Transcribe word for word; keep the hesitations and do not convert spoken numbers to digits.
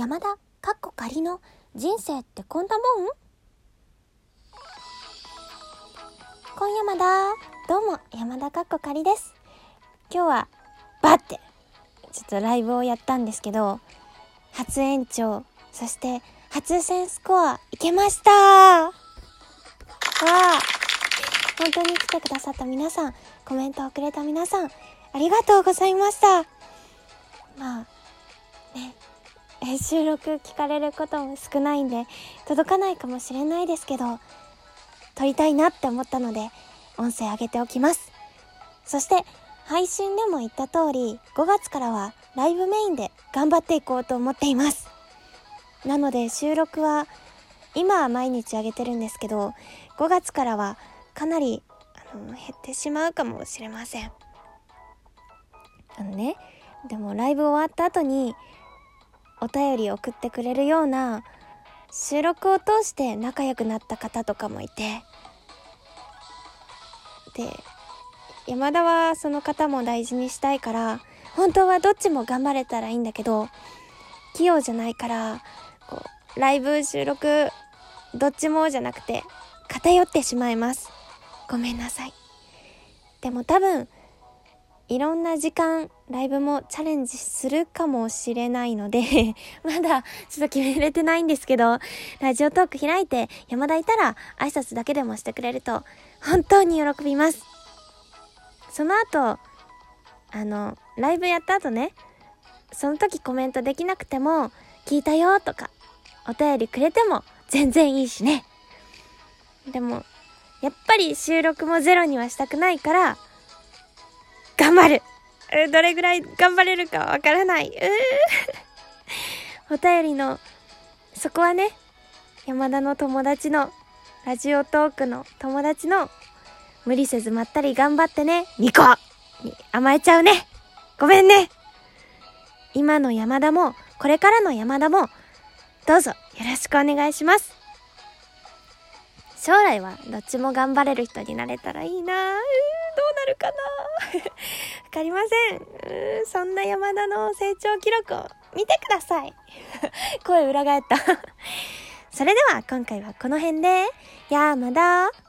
山田かっこ仮の人生ってこんなもん。今山田、どうも山田かっこ仮です。今日はバッてちょっとライブをやったんですけど、初延長、そして初戦スコアいけました。わあ、本当に来てくださった皆さん、コメントをくれた皆さん、ありがとうございました。まあね、え収録聞かれることも少ないんで届かないかもしれないですけど、撮りたいなって思ったので音声上げておきます。そして配信でも言った通り、ごがつからはライブメインで頑張っていこうと思っています。なので収録は今は毎日上げてるんですけど、ごがつからはかなりあの減ってしまうかもしれません。あのね、でもライブ終わった後にお便り送ってくれるような、収録を通して仲良くなった方とかもいて、で山田はその方も大事にしたいから、本当はどっちも頑張れたらいいんだけど、器用じゃないからこうライブ収録どっちもじゃなくて偏ってしまいます。ごめんなさい。でも多分いろんな時間ライブもチャレンジするかもしれないのでまだちょっと決めれてないんですけど、ラジオトーク開いて山田いたら挨拶だけでもしてくれると本当に喜びます。その後あのライブやった後ね、その時コメントできなくても聞いたよとかお便りくれても全然いいしね。でもやっぱり収録もゼロにはしたくないから頑張る。どれぐらい頑張れるかわからない。うお便りのそこはね、山田の友達のラジオトークの友達の無理せずまったり頑張ってねニコに甘えちゃうね。ごめんね。今の山田もこれからの山田もどうぞよろしくお願いします。将来はどっちも頑張れる人になれたらいいな。うーどうなるかなわかりません。うーそんな山田の成長記録を見てください声裏返ったそれでは今回はこの辺で山田